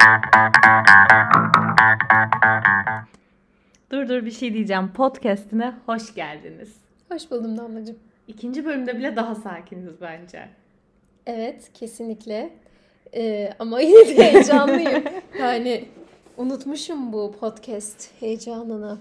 Dur bir şey diyeceğim. Podcast'ine hoş geldiniz. Hoş buldum Damlacığım. İkinci bölümde bile daha sakiniz bence. Evet, kesinlikle. Ama yine de heyecanlıyım. Yani unutmuşum bu podcast heyecanını.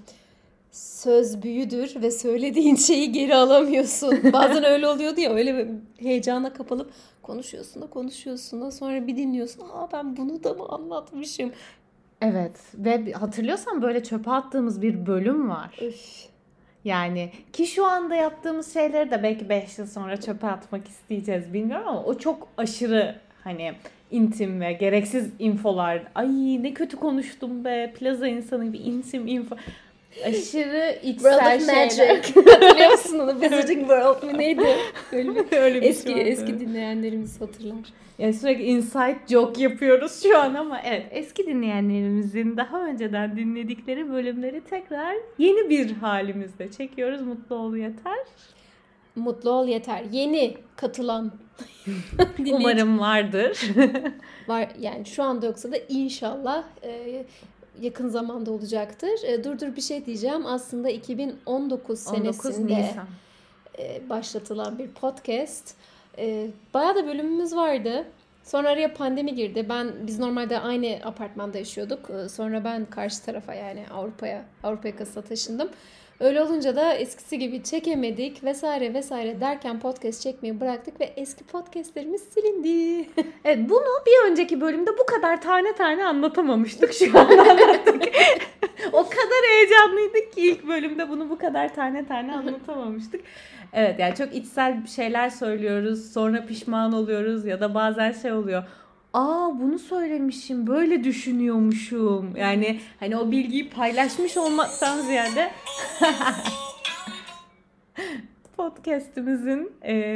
Söz büyüdür ve söylediğin şeyi geri alamıyorsun. Bazen öyle oluyordu ya, öyle heyecana kapılıp konuşuyorsun da sonra bir dinliyorsun. Ben bunu da mı anlatmışım? Evet ve hatırlıyorsan böyle çöpe attığımız bir bölüm var. Üf. Yani ki şu anda yaptığımız şeyleri de belki 5 yıl sonra çöpe atmak isteyeceğiz bilmiyorum ama o çok aşırı hani intim ve gereksiz infolar. Ay ne kötü konuştum be, plaza insanı gibi intim info. Aşırı içsel şeyler. Hatırlıyor musun onu? Wizarding World mu neydi? Öyle bir eski dinleyenlerimiz hatırlar. Yani sürekli inside joke yapıyoruz şu an ama evet, eski dinleyenlerimizin daha önceden dinledikleri bölümleri tekrar yeni bir halimizde çekiyoruz. Mutlu ol yeter. Mutlu ol yeter. Yeni katılan umarım vardır. Var yani, şu anda yoksa da inşallah yakın zamanda olacaktır. Dur bir şey diyeceğim. Aslında 2019 senesinde başlatılan bir podcast. Bayağı da bölümümüz vardı. Sonra araya pandemi girdi. Biz normalde aynı apartmanda yaşıyorduk. Sonra ben karşı tarafa, yani Avrupa yakasına taşındım. Öyle olunca da eskisi gibi çekemedik vesaire derken podcast çekmeyi bıraktık ve eski podcastlerimiz silindi. Evet, bunu bir önceki bölümde bu kadar tane anlatamamıştık. Şu an anlattık. O kadar heyecanlıydık ki ilk bölümde bunu bu kadar tane anlatamamıştık. Evet, yani çok içsel şeyler söylüyoruz, sonra pişman oluyoruz ya da bazen şey oluyor. Bunu söylemişim, böyle düşünüyormuşum. Yani hani o bilgiyi paylaşmış olmaktan ziyade podcast'imizin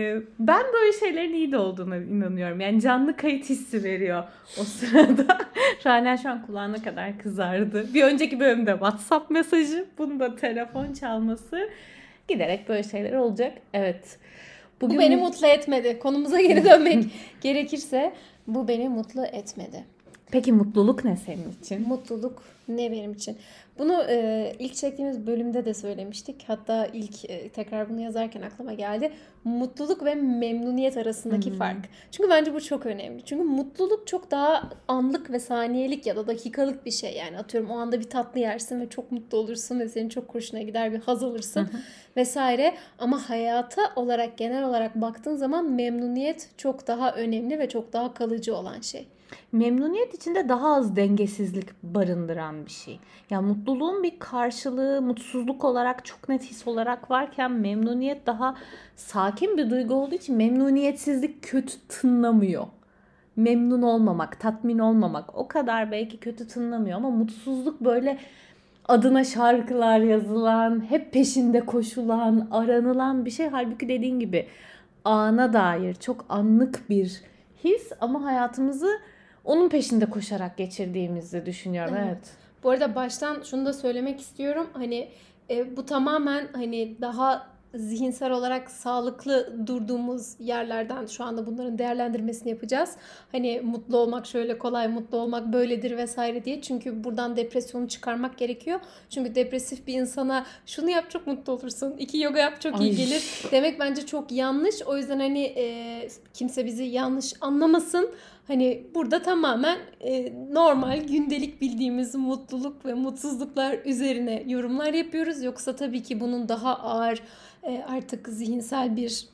ben böyle şeylerin iyi de olduğuna inanıyorum. Yani canlı kayıt hissi veriyor o sırada. Rana şu an kulağına kadar kızardı. Bir önceki bölümde WhatsApp mesajı, bunda telefon çalması, giderek böyle şeyler olacak. Evet. Bu beni mutlu etmedi. Konumuza geri dönmek gerekirse bu beni mutlu etmedi. Peki mutluluk ne senin için? Mutluluk ne benim için? Bunu ilk çektiğimiz bölümde de söylemiştik. Hatta ilk tekrar bunu yazarken aklıma geldi. Mutluluk ve memnuniyet arasındaki fark. Çünkü bence bu çok önemli. Çünkü mutluluk çok daha anlık ve saniyelik ya da dakikalık bir şey. Yani atıyorum, o anda bir tatlı yersin ve çok mutlu olursun ve senin çok hoşuna gider, bir haz alırsın vesaire. Ama hayata olarak, genel olarak baktığın zaman memnuniyet çok daha önemli ve çok daha kalıcı olan şey. Memnuniyet içinde daha az dengesizlik barındıran bir şey. Yani mutluluğun bir karşılığı mutsuzluk olarak, çok net his olarak varken memnuniyet daha sakin bir duygu olduğu için memnuniyetsizlik kötü tınlamıyor. Memnun olmamak, tatmin olmamak o kadar belki kötü tınlamıyor ama mutsuzluk böyle adına şarkılar yazılan, hep peşinde koşulan, aranılan bir şey. Halbuki dediğin gibi ana dair çok anlık bir his ama hayatımızı onun peşinde koşarak geçirdiğimizi düşünüyorum. Evet. Bu arada baştan şunu da söylemek istiyorum. Hani bu tamamen hani daha zihinsel olarak sağlıklı durduğumuz yerlerden şu anda bunların değerlendirmesini yapacağız. Hani mutlu olmak şöyle kolay, mutlu olmak böyledir vesaire diye. Çünkü buradan depresyonu çıkarmak gerekiyor. Çünkü depresif bir insana şunu yap çok mutlu olursun, 2 yoga yap çok iyi gelir demek bence çok yanlış. O yüzden hani kimse bizi yanlış anlamasın. Hani burada tamamen normal gündelik bildiğimiz mutluluk ve mutsuzluklar üzerine yorumlar yapıyoruz. Yoksa tabii ki bunun daha ağır artık zihinsel bir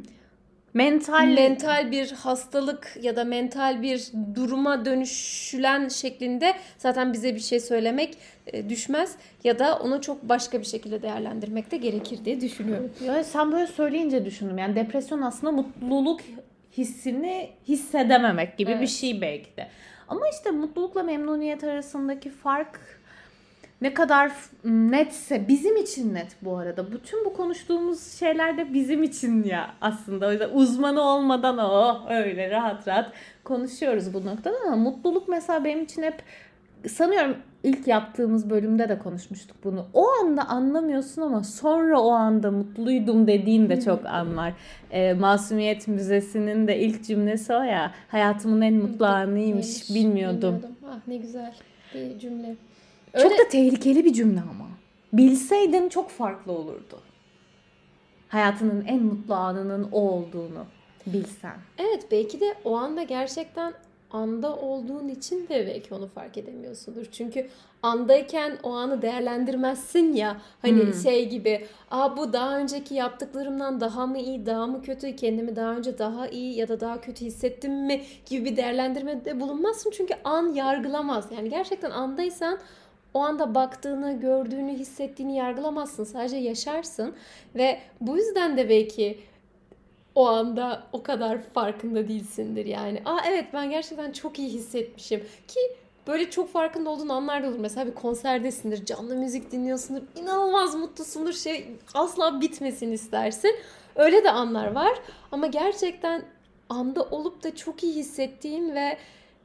mental bir hastalık ya da mental bir duruma dönüşülen şeklinde zaten bize bir şey söylemek düşmez ya da onu çok başka bir şekilde değerlendirmek de gerekir diye düşünüyorum. Ya sen böyle söyleyince düşündüm. Yani depresyon aslında mutluluk hissini hissedememek gibi bir şey belki de. Ama işte mutlulukla memnuniyet arasındaki fark ne kadar netse, bizim için net bu arada. Bütün bu konuştuğumuz şeyler de bizim için ya aslında. O yüzden uzmanı olmadan öyle rahat konuşuyoruz bu noktada ama mutluluk mesela benim için hep sanıyorum ilk yaptığımız bölümde de konuşmuştuk bunu. O anda anlamıyorsun ama sonra o anda mutluydum dediğin de çok an var. Masumiyet Müzesi'nin de ilk cümlesi o ya. Hayatımın en mutlu anıymış, bilmiyordum. Ah ne güzel bir cümle. Çok da tehlikeli bir cümle ama. Bilseydin çok farklı olurdu. Hayatının en mutlu anının o olduğunu bilsen. Evet, belki de o anda gerçekten anda olduğun için de belki onu fark edemiyorsundur. Çünkü andayken o anı değerlendirmezsin ya. Hani şey gibi, bu daha önceki yaptıklarımdan daha mı iyi, daha mı kötü, kendimi daha önce daha iyi ya da daha kötü hissettim mi gibi bir değerlendirmede bulunmazsın. Çünkü an yargılamaz. Yani gerçekten andaysan o anda baktığını, gördüğünü, hissettiğini yargılamazsın. Sadece yaşarsın ve bu yüzden de belki o anda o kadar farkında değilsindir yani. Evet, ben gerçekten çok iyi hissetmişim ki böyle çok farkında olduğun anlar da olur. Mesela bir konserdesindir, canlı müzik dinliyorsundur, inanılmaz mutlusundur, asla bitmesin istersin. Öyle de anlar var ama gerçekten anda olup da çok iyi hissettiğin ve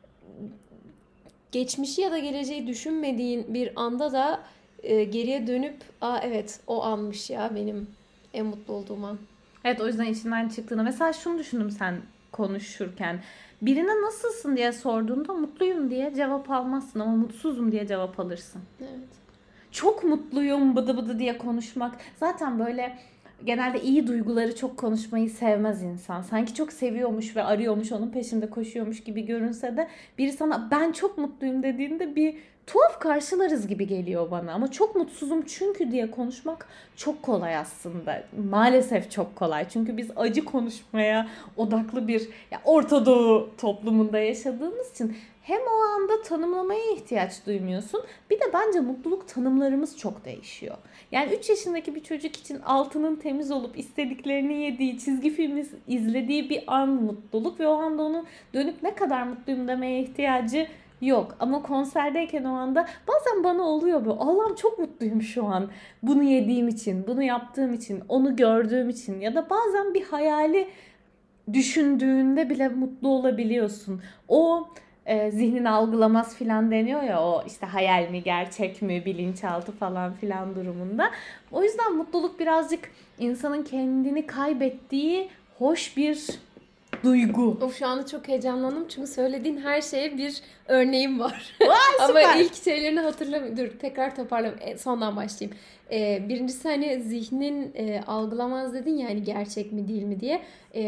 geçmişi ya da geleceği düşünmediğin bir anda da geriye dönüp evet o anmış ya benim en mutlu olduğum an. Evet, o yüzden içinden çıktığını. Mesela şunu düşündüm sen konuşurken. Birine nasılsın diye sorduğunda mutluyum diye cevap almazsın ama mutsuzum diye cevap alırsın. Evet. Çok mutluyum bıdı bıdı diye konuşmak. Zaten böyle genelde iyi duyguları çok konuşmayı sevmez insan. Sanki çok seviyormuş ve arıyormuş, onun peşinde koşuyormuş gibi görünse de biri sana ben çok mutluyum dediğinde bir tuhaf karşılarız gibi geliyor bana. Ama çok mutsuzum çünkü diye konuşmak çok kolay aslında. Maalesef çok kolay. Çünkü biz acı konuşmaya odaklı bir Orta Doğu toplumunda yaşadığımız için hem o anda tanımlamaya ihtiyaç duymuyorsun. Bir de bence mutluluk tanımlarımız çok değişiyor. Yani 3 yaşındaki bir çocuk için altının temiz olup istediklerini yediği, çizgi film izlediği bir an mutluluk ve o anda onun dönüp ne kadar mutluyum demeye ihtiyacı yok. Ama konserdeyken o anda bazen bana oluyor bu. Allah'ım çok mutluyum şu an. Bunu yediğim için, bunu yaptığım için, onu gördüğüm için ya da bazen bir hayali düşündüğünde bile mutlu olabiliyorsun. O zihnin algılamaz filan deniyor ya, o işte hayal mi gerçek mi bilinçaltı falan filan durumunda. O yüzden mutluluk birazcık insanın kendini kaybettiği hoş bir duygu. Şu anda çok heyecanlandım çünkü söylediğin her şeye bir örneğim var. Vay, Ama ilk şeylerini hatırlamıyorum. Dur tekrar toparlayayım. Sondan başlayayım. Birincisi hani zihnin algılamaz dedin ya, hani gerçek mi değil mi diye.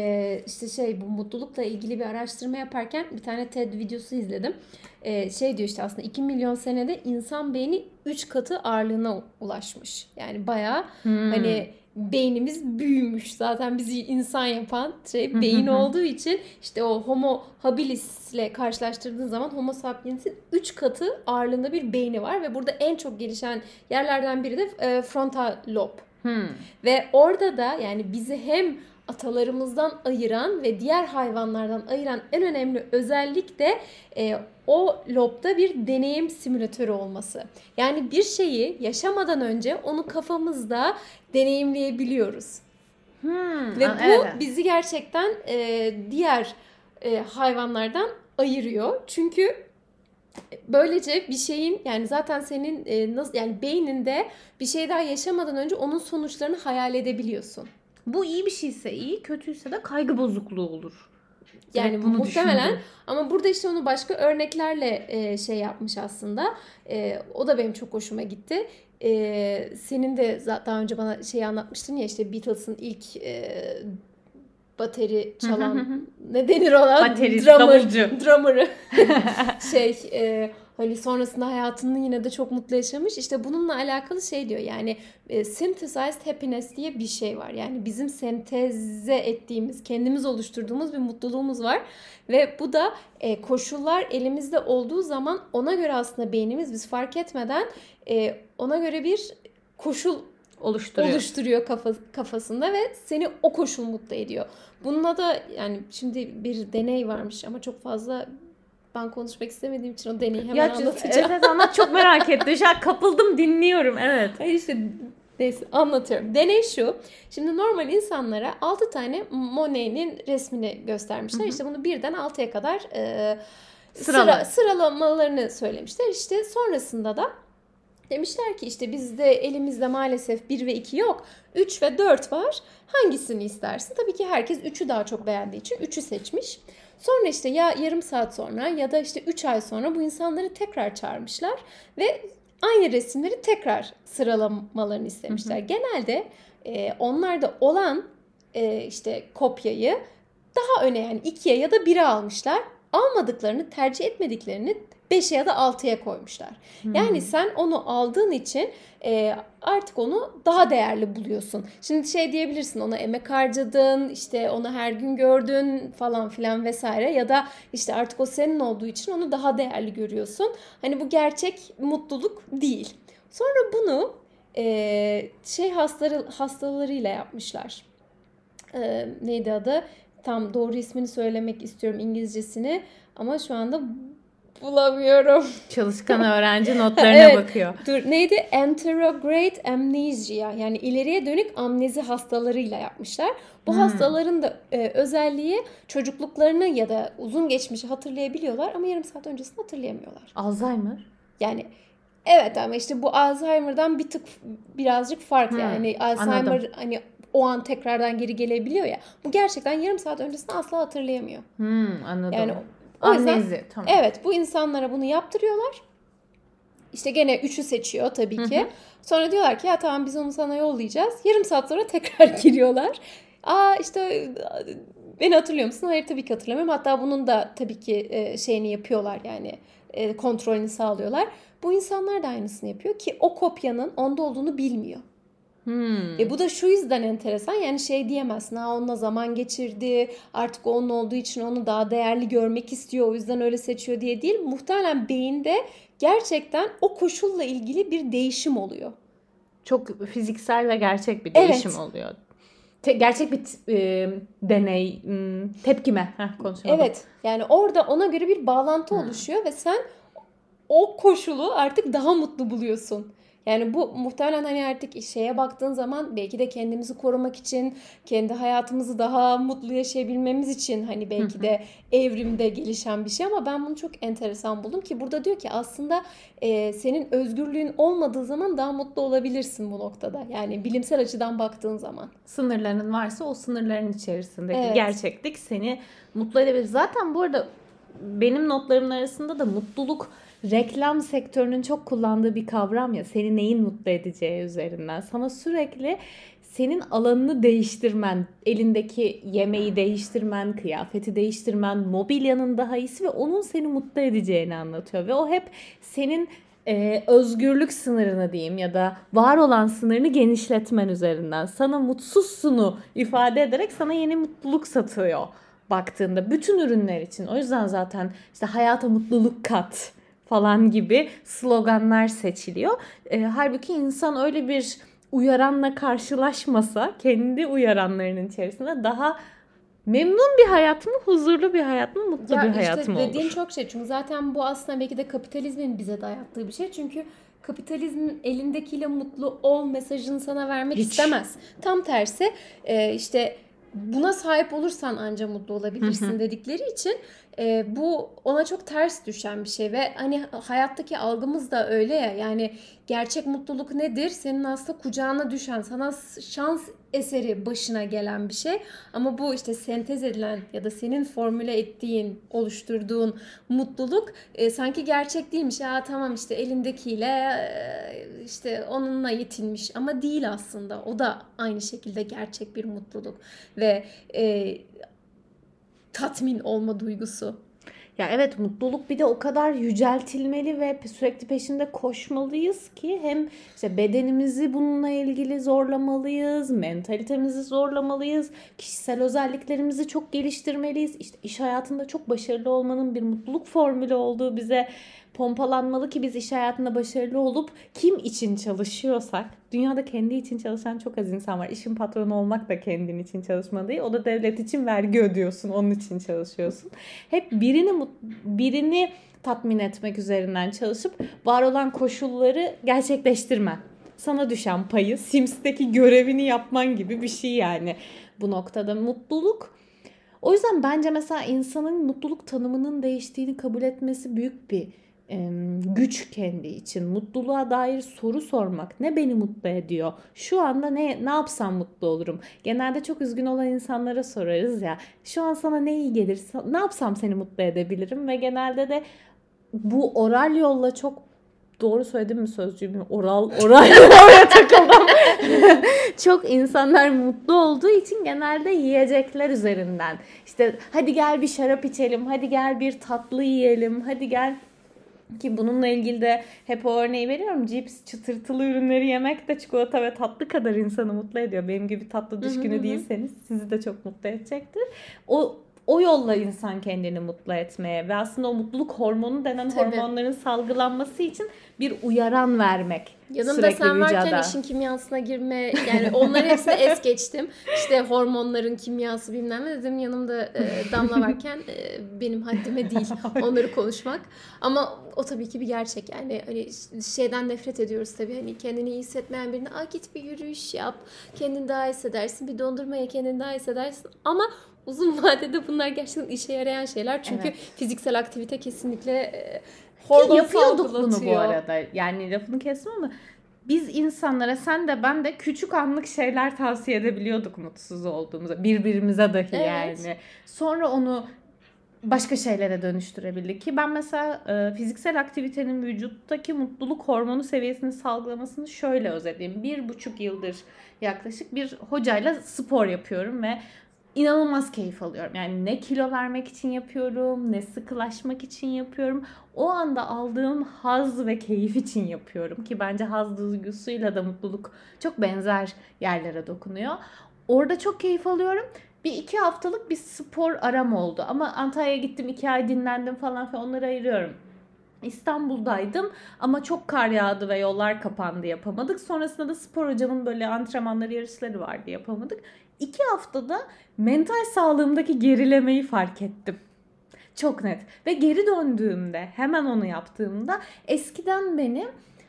İşte bu mutlulukla ilgili bir araştırma yaparken bir tane TED videosu izledim. Diyor işte aslında 2 milyon senede insan beyni 3 katı ağırlığına ulaşmış. Yani bayağı hani beynimiz büyümüş. Zaten bizi insan yapan beyin olduğu için işte o Homo habilis ile karşılaştırdığın zaman Homo sapiens'in 3 katı ağırlığında bir beyni var ve burada en çok gelişen yerlerden biri de frontal lob. Ve orada da yani bizi hem atalarımızdan ayıran ve diğer hayvanlardan ayıran en önemli özellik de o lobda bir deneyim simülatörü olması. Yani bir şeyi yaşamadan önce onu kafamızda deneyimleyebiliyoruz. Ve bu bizi gerçekten diğer hayvanlardan ayırıyor. Çünkü böylece bir şeyin yani zaten senin yani beyninde bir şey daha yaşamadan önce onun sonuçlarını hayal edebiliyorsun. Bu iyi bir şeyse iyi, kötüyse de kaygı bozukluğu olur. Yani bunu muhtemelen düşündüm. Ama burada işte onu başka örneklerle yapmış aslında. O da benim çok hoşuma gitti. Senin de daha önce bana anlatmıştın ya, işte Beatles'ın ilk bateri çalan ne denir ona? Baterist, davulcu. Drummer'ı. Hani sonrasında hayatını yine de çok mutlu yaşamış. İşte bununla alakalı diyor yani synthesized happiness diye bir şey var. Yani bizim senteze ettiğimiz, kendimiz oluşturduğumuz bir mutluluğumuz var. Ve bu da koşullar elimizde olduğu zaman ona göre aslında beynimiz biz fark etmeden ona göre bir koşul oluşturuyor kafasında ve seni o koşul mutlu ediyor. Bununla da yani şimdi bir deney varmış ama çok fazla ben konuşmak istemediğim için o deneyi hemen anlatacağım. Evet anlat, çok merak ettim. Şu an kapıldım, dinliyorum. Evet. Hayır işte neyse anlatıyorum. Deney şu. Şimdi normal insanlara 6 tane Monet'in resmini göstermişler. İşte bunu 1'den 6'ya kadar sıralamalarını söylemişler. İşte sonrasında da demişler ki işte bizde elimizde maalesef 1 ve 2 yok. 3 ve 4 var. Hangisini istersin? Tabii ki herkes 3'ü daha çok beğendiği için 3'ü seçmiş. Sonra işte ya yarım saat sonra ya da işte 3 ay sonra bu insanları tekrar çağırmışlar ve aynı resimleri tekrar sıralamalarını istemişler. Genelde onlarda olan işte kopyayı daha öne, yani 2'ye ya da 1'e almışlar. Almadıklarını, tercih etmediklerini 5'e ya da 6'ya koymuşlar. Yani sen onu aldığın için artık onu daha değerli buluyorsun. Şimdi şey diyebilirsin, ona emek harcadın, işte onu her gün gördün falan filan vesaire, ya da işte artık o senin olduğu için onu daha değerli görüyorsun. Hani bu gerçek mutluluk değil. Sonra bunu hastalarıyla yapmışlar. Neydi adı? Tam doğru ismini söylemek istiyorum, İngilizcesini, ama şu anda bulamıyorum. Çalışkan öğrenci notlarına evet, bakıyor. Dur, neydi? Anterograde amnesia, yani ileriye dönük amnezi hastalarıyla yapmışlar. Bu hastaların da özelliği çocukluklarını ya da uzun geçmişi hatırlayabiliyorlar ama yarım saat öncesini hatırlayamıyorlar. Alzheimer? Yani evet, ama işte bu Alzheimer'dan birazcık farklı. Yani Alzheimer anladım. hani o an tekrardan geri gelebiliyor ya. Bu gerçekten yarım saat öncesini asla hatırlayamıyor. Anladım. Yani o yüzden amnezi, tamam. Evet, bu insanlara bunu yaptırıyorlar. İşte gene 3'ü seçiyor tabii ki. Sonra diyorlar ki ya tamam, biz onu sana yollayacağız. Yarım saat sonra tekrar giriyorlar. İşte beni hatırlıyor musun? Hayır, tabii ki hatırlamıyorum. Hatta bunun da tabii ki şeyini yapıyorlar, yani kontrolünü sağlıyorlar. Bu insanlar da aynısını yapıyor ki o kopyanın onda olduğunu bilmiyor. Bu da şu yüzden enteresan, yani şey diyemezsin, onunla zaman geçirdi, artık onun olduğu için onu daha değerli görmek istiyor, o yüzden öyle seçiyor diye değil. Muhtemelen beyinde gerçekten o koşulla ilgili bir değişim oluyor. Çok fiziksel ve gerçek bir değişim oluyor. Gerçek bir deney, tepkime konuşamadım. Evet, yani orada ona göre bir bağlantı oluşuyor ve sen o koşulu artık daha mutlu buluyorsun. Yani bu muhtemelen hani artık şeye baktığın zaman belki de kendimizi korumak için, kendi hayatımızı daha mutlu yaşayabilmemiz için hani belki de evrimde gelişen bir şey, ama ben bunu çok enteresan buldum ki burada diyor ki aslında senin özgürlüğün olmadığı zaman daha mutlu olabilirsin bu noktada. Yani bilimsel açıdan baktığın zaman. Sınırların varsa o sınırların içerisindeki gerçeklik seni mutlu edebilir. Zaten bu arada benim notlarımın arasında da mutluluk reklam sektörünün çok kullandığı bir kavram ya, seni neyin mutlu edeceği üzerinden. Sana sürekli senin alanını değiştirmen, elindeki yemeği değiştirmen, kıyafeti değiştirmen, mobilyanın daha iyisi ve onun seni mutlu edeceğini anlatıyor. Ve o hep senin özgürlük sınırını diyeyim ya da var olan sınırını genişletmen üzerinden sana mutsuzsunu ifade ederek sana yeni mutluluk satıyor baktığında bütün ürünler için. O yüzden zaten işte hayata mutluluk kat falan gibi sloganlar seçiliyor. Halbuki insan öyle bir uyaranla karşılaşmasa kendi uyaranlarının içerisinde daha memnun bir hayat mı, huzurlu bir hayat mı, mutlu bir hayat mı olur? Dediğin çok şey. Çünkü zaten bu aslında belki de kapitalizmin bize dayattığı bir şey. Çünkü kapitalizmin elindekiyle mutlu ol mesajını sana vermek istemez. Tam tersi işte buna sahip olursan ancak mutlu olabilirsin dedikleri için bu ona çok ters düşen bir şey ve hani hayattaki algımız da öyle ya, yani gerçek mutluluk nedir? Senin aslında kucağına düşen, sana şans eseri başına gelen bir şey, ama bu işte sentez edilen ya da senin formüle ettiğin, oluşturduğun mutluluk sanki gerçek değilmiş. Tamam işte elindekiyle işte onunla yetinmiş, ama değil aslında. O da aynı şekilde gerçek bir mutluluk ve tatmin olma duygusu. Ya evet, mutluluk bir de o kadar yüceltilmeli ve sürekli peşinde koşmalıyız ki hem işte bedenimizi bununla ilgili zorlamalıyız, mentalitemizi zorlamalıyız, kişisel özelliklerimizi çok geliştirmeliyiz. İşte iş hayatında çok başarılı olmanın bir mutluluk formülü olduğu bize pompalanmalı ki biz iş hayatında başarılı olup kim için çalışıyorsak, dünyada kendi için çalışan çok az insan var. İşin patronu olmak da kendin için çalışma değil. O da devlet için vergi ödüyorsun, onun için çalışıyorsun. Hep birini tatmin etmek üzerinden çalışıp var olan koşulları gerçekleştirmen. Sana düşen payı, Sims'teki görevini yapman gibi bir şey yani. Bu noktada mutluluk O yüzden bence mesela insanın mutluluk tanımının değiştiğini kabul etmesi büyük bir güç kendi için. Mutluluğa dair soru sormak. Ne beni mutlu ediyor? Şu anda ne yapsam mutlu olurum? Genelde çok üzgün olan insanlara sorarız ya. Şu an sana ne iyi gelir? Ne yapsam seni mutlu edebilirim? Ve genelde de bu oral yolla çok doğru söyledim mi sözcüğümü? Oral oraya takıldım. Çok insanlar mutlu olduğu için genelde yiyecekler üzerinden. İşte hadi gel bir şarap içelim, hadi gel bir tatlı yiyelim, hadi gel. Ki bununla ilgili de hep o örneği veriyorum. Cips, çıtırtılı ürünleri yemek de çikolata ve tatlı kadar insanı mutlu ediyor. Benim gibi tatlı düşkünü değilseniz sizi de çok mutlu edecektir. O yolla insan kendini mutlu etmeye ve aslında o mutluluk hormonu denen hormonların salgılanması için bir uyaran vermek. Yanımda sen varken işin kimyasına girme, yani onların hepsini es geçtim. İşte hormonların kimyası bilmem ne dedim. Yanımda Damla varken benim haddime değil onları konuşmak. Ama o tabii ki bir gerçek. Yani hani şeyden nefret ediyoruz tabii. Hani kendini iyi hissetmeyen birine git bir yürüyüş yap. Kendini daha iyi hissedersin. Bir dondurma ye, kendini daha iyi hissedersin. Ama uzun vadede bunlar gerçekten işe yarayan şeyler. Çünkü fiziksel aktivite kesinlikle hormon yapıyorduk bunu bu arada. Yani lafını kestim ama biz insanlara, sen de ben de küçük anlık şeyler tavsiye edebiliyorduk mutsuz olduğumuzda. Birbirimize dahi yani. Sonra onu başka şeylere dönüştürebildik ki ben mesela fiziksel aktivitenin vücuttaki mutluluk hormonu seviyesini salgılamasını şöyle özetleyeyim. 1,5 yıldır yaklaşık bir hocayla spor yapıyorum ve İnanılmaz keyif alıyorum. Yani ne kilo vermek için yapıyorum, ne sıkılaşmak için yapıyorum. O anda aldığım haz ve keyif için yapıyorum. Ki bence haz duygusuyla da mutluluk çok benzer yerlere dokunuyor. Orada çok keyif alıyorum. 1-2 haftalık bir spor aram oldu. Ama Antalya'ya gittim, 2 ay dinlendim falan filan, onları ayırıyorum. İstanbul'daydım ama çok kar yağdı ve yollar kapandı, yapamadık. Sonrasında da spor hocamın böyle antrenmanları, yarışları vardı, yapamadık. 2 haftada mental sağlığımdaki gerilemeyi fark ettim. Çok net. Ve geri döndüğümde, hemen onu yaptığımda eskiden beni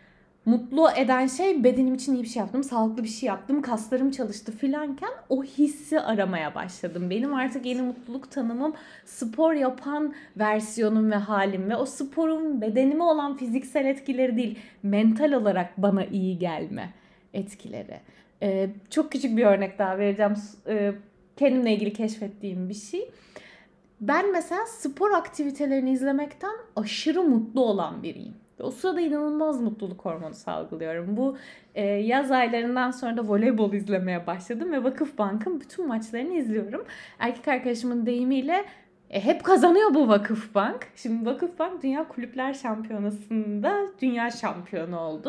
mutlu eden şey bedenim için iyi bir şey yaptım, sağlıklı bir şey yaptım, kaslarım çalıştı filanken o hissi aramaya başladım. Benim artık yeni mutluluk tanımım spor yapan versiyonum ve halim ve o sporun bedenime olan fiziksel etkileri değil, mental olarak bana iyi gelme etkileri. Çok küçük bir örnek daha vereceğim. Kendimle ilgili keşfettiğim bir şey. Ben mesela spor aktivitelerini izlemekten aşırı mutlu olan biriyim. O sırada inanılmaz mutluluk hormonu salgılıyorum. Bu yaz aylarından sonra da voleybol izlemeye başladım ve Vakıfbank'ın bütün maçlarını izliyorum. Erkek arkadaşımın deyimiyle hep kazanıyor bu Vakıfbank. Şimdi Vakıfbank Dünya Kulüpler Şampiyonası'nda dünya şampiyonu oldu.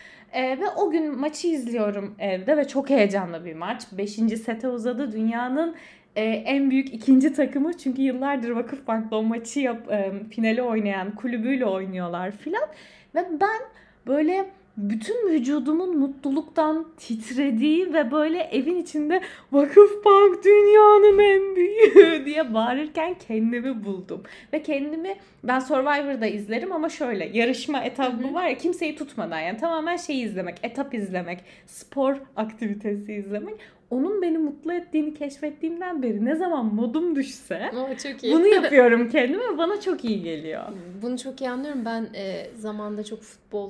Ve o gün maçı izliyorum evde ve çok heyecanlı bir maç. 5. sete uzadı. Dünyanın en büyük ikinci takımı, çünkü yıllardır Vakıfbank'ta o maçı finali oynayan kulübüyle oynuyorlar filan. Ve ben böyle bütün vücudumun mutluluktan titrediği ve böyle evin içinde Vakıfbank dünyanın en büyüğü diye bağırırken kendimi buldum. Ve kendimi, ben Survivor'da izlerim ama şöyle yarışma etabı var ya, kimseyi tutmadan, yani tamamen şeyi izlemek, etap izlemek, spor aktivitesi izlemek. Onun beni mutlu ettiğini keşfettiğimden beri ne zaman modum düşse çok iyi. Bunu yapıyorum kendime ve bana çok iyi geliyor. Bunu çok iyi anlıyorum. Ben zamanda çok futbol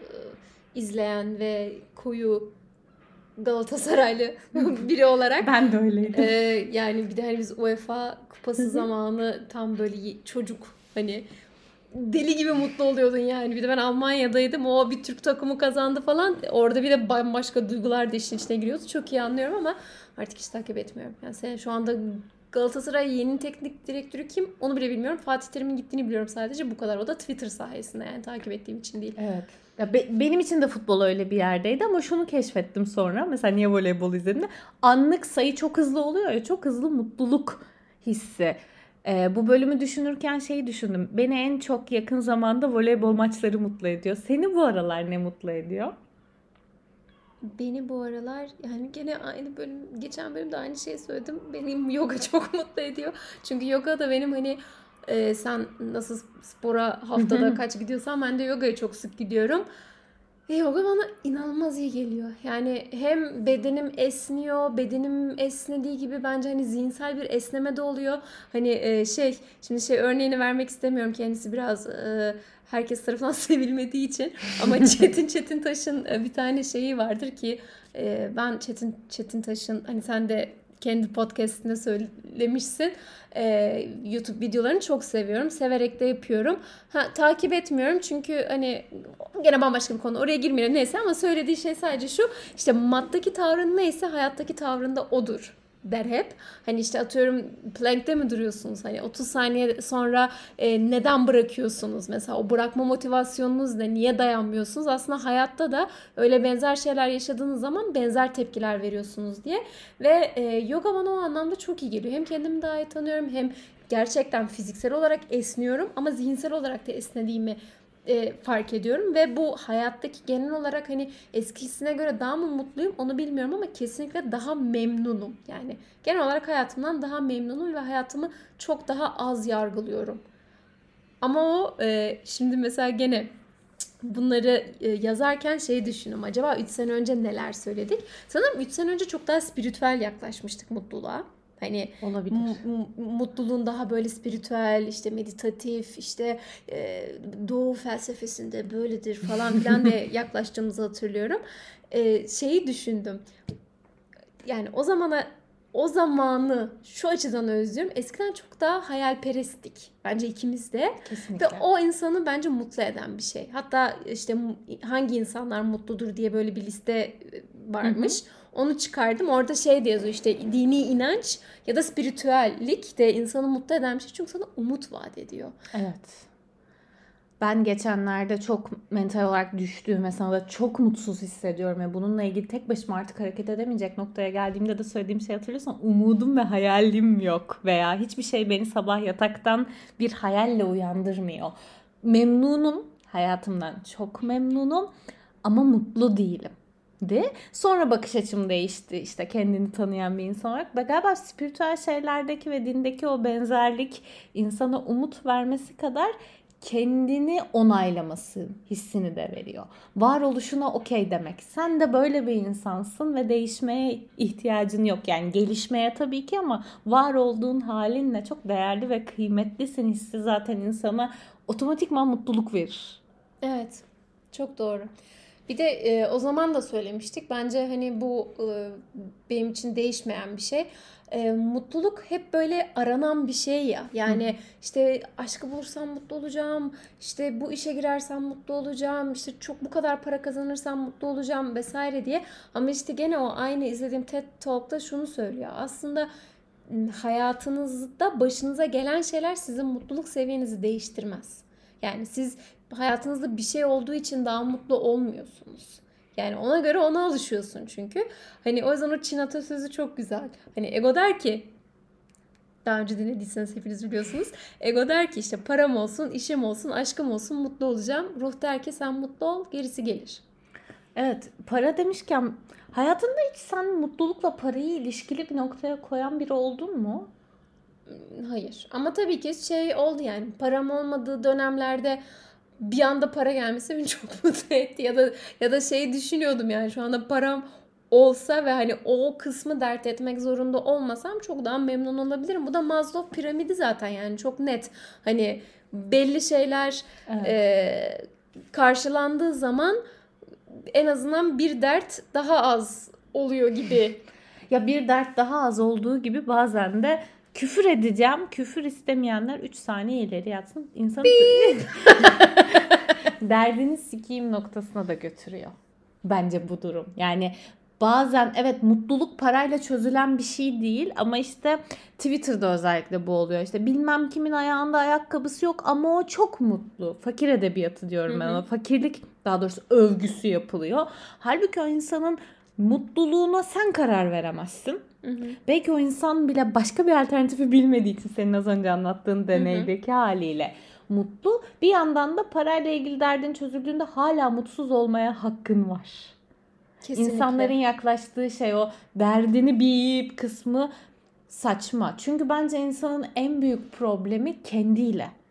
izleyen ve koyu Galatasaraylı biri olarak. Ben de öyleydim. Yani bir de hani biz UEFA kupası zamanı tam böyle çocuk, hani deli gibi mutlu oluyordun yani. Bir de ben Almanya'daydım. O bir Türk takımı kazandı falan. Orada bir de bambaşka duygular da işin içine giriyordu. Çok iyi anlıyorum ama artık hiç takip etmiyorum. Yani sen şu anda Galatasaray yeni teknik direktörü kim? Onu bile bilmiyorum. Fatih Terim'in gittiğini biliyorum sadece. Bu kadar. O da Twitter sayesinde, yani takip ettiğim için değil. Evet. Ya benim için de futbol öyle bir yerdeydi ama şunu keşfettim sonra. Mesela niye voleybol izlediğimde, anlık sayı çok hızlı oluyor ya, çok hızlı mutluluk hissi. Bu bölümü düşünürken şeyi düşündüm. Beni en çok yakın zamanda voleybol maçları mutlu ediyor. Seni bu aralar ne mutlu ediyor? Beni bu aralar, yani gene aynı bölüm, geçen bölümde aynı şeyi söyledim. Benim yoga çok mutlu ediyor. Çünkü yoga da benim hani sen nasıl spora haftada kaç gidiyorsan ben de yogaya çok sık gidiyorum. Yoga bana inanılmaz iyi geliyor. Yani hem bedenim esniyor, bedenim esnediği gibi bence hani zihinsel bir esneme de oluyor. Hani şimdi örneğini vermek istemiyorum, kendisi biraz herkes tarafından sevilmediği için. Ama Çetin Taş'ın bir tane şeyi vardır ki ben Çetin Taş'ın, hani sen de kendi podcast'inde söylemişsin. YouTube videolarını çok seviyorum. Severek de yapıyorum. Takip etmiyorum çünkü hani gene bambaşka bir konu. Oraya girmeyelim neyse, ama söylediği şey sadece şu. İşte maddaki tavrın neyse hayattaki tavrın da odur der hep. Hani işte atıyorum plank'te mi duruyorsunuz? Hani 30 saniye sonra neden bırakıyorsunuz? Mesela o bırakma motivasyonunuz ne? Niye dayanmıyorsunuz? Aslında hayatta da öyle benzer şeyler yaşadığınız zaman benzer tepkiler veriyorsunuz diye. Ve yoga bana o anlamda çok iyi geliyor. Hem kendimi daha iyi tanıyorum, hem gerçekten fiziksel olarak esniyorum ama zihinsel olarak da esnediğimi fark ediyorum. Ve bu hayattaki genel olarak hani eskisine göre daha mı mutluyum onu bilmiyorum ama kesinlikle daha memnunum. Yani genel olarak hayatımdan daha memnunum ve hayatımı çok daha az yargılıyorum. Ama o şimdi mesela gene bunları yazarken düşündüm. Acaba 3 sene önce neler söyledik? Sanırım 3 sene önce çok daha spiritüel yaklaşmıştık mutluluğa. Hani Olabilir. Mutluluğun daha böyle spiritüel, işte meditatif, işte Doğu felsefesinde böyledir falan filan diye yaklaştığımızı hatırlıyorum. Düşündüm. Yani o zamanı şu açıdan özlüyorum. Eskiden çok daha hayalperesttik. Bence ikimiz de. Kesinlikle. Ve o insanı bence mutlu eden bir şey. Hatta işte hangi insanlar mutludur diye böyle bir liste varmış. Hı hı. Onu çıkardım. Orada de yazıyor, işte dini inanç ya da spiritüellik de insanı mutlu eden bir şey. Çünkü sana umut vaat ediyor. Evet. Ben geçenlerde çok mental olarak düştüğüm ve sana da çok mutsuz hissediyorum ve bununla ilgili tek başıma artık hareket edemeyecek noktaya geldiğimde de söylediğim şey hatırlıyorsan, umudum ve hayalim yok veya hiçbir şey beni sabah yataktan bir hayalle uyandırmıyor. Memnunum, hayatımdan çok memnunum ama mutlu değilim. Sonra bakış açım değişti, işte kendini tanıyan bir insan olarak. Ve galiba spiritüel şeylerdeki ve dindeki o benzerlik insana umut vermesi kadar kendini onaylaması hissini de veriyor. Varoluşuna okey demek. Sen de böyle bir insansın ve değişmeye ihtiyacın yok. Yani gelişmeye tabii ki, ama var olduğun halinle çok değerli ve kıymetlisin hissi zaten insana otomatikman mutluluk verir. Evet, çok doğru. Bir de o zaman da söylemiştik. Bence hani bu benim için değişmeyen bir şey. Mutluluk hep böyle aranan bir şey ya. Yani işte aşkı bulursam mutlu olacağım. İşte bu işe girersem mutlu olacağım. İşte çok bu kadar para kazanırsam mutlu olacağım vesaire diye. Ama işte gene o aynı izlediğim TED Talk'ta şunu söylüyor. Aslında hayatınızda başınıza gelen şeyler sizin mutluluk seviyenizi değiştirmez. Yani siz hayatınızda bir şey olduğu için daha mutlu olmuyorsunuz. Yani ona göre ona alışıyorsun çünkü. Hani o yüzden o Çin atasözü çok güzel. Hani ego der ki, daha önce dinlediyseniz hepiniz biliyorsunuz. Ego der ki işte param olsun, işim olsun, aşkım olsun, mutlu olacağım. Ruh der ki sen mutlu ol, gerisi gelir. Evet, para demişken hayatında hiç sen mutlulukla parayı ilişkili bir noktaya koyan biri oldun mu? Hayır. Ama tabii ki oldu yani. Param olmadığı dönemlerde bir anda para gelmesi beni çok mutlu etti. Ya da düşünüyordum, yani şu anda param olsa ve hani o kısmı dert etmek zorunda olmasam çok daha memnun olabilirim. Bu da Maslow piramidi zaten, yani çok net. Hani belli şeyler karşılandığı zaman en azından bir dert daha az oluyor gibi. Ya bir dert daha az olduğu gibi bazen de küfür edeceğim. Küfür istemeyenler 3 saniye ileri yatsın. İnsanı derdini sikeyim noktasına da götürüyor. Bence bu durum. Yani bazen evet, mutluluk parayla çözülen bir şey değil, ama işte Twitter'da özellikle bu oluyor. İşte bilmem kimin ayağında ayakkabısı yok ama o çok mutlu. Fakir edebiyatı diyorum ben ona. Fakirlik, daha doğrusu övgüsü yapılıyor. Halbuki o insanın mutluluğuna sen karar veremezsin. Belki o insan bile başka bir alternatifi bilmediği için senin az önce anlattığın deneydeki haliyle mutlu. Bir yandan da parayla ilgili derdin çözüldüğünde hala mutsuz olmaya hakkın var. Kesinlikle. İnsanların yaklaştığı o derdini bir kısmı saçma. Çünkü bence insanın en büyük problemi kendiyle.